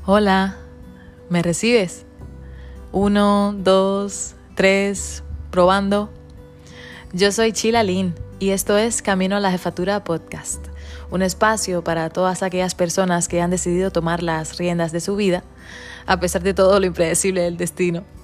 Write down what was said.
Hola, ¿me recibes? 1, 2, 3, probando. Yo soy Chila Lynn y esto es Camino a la Jefatura Podcast, un espacio para todas aquellas personas que han decidido tomar las riendas de su vida, a pesar de todo lo impredecible del destino.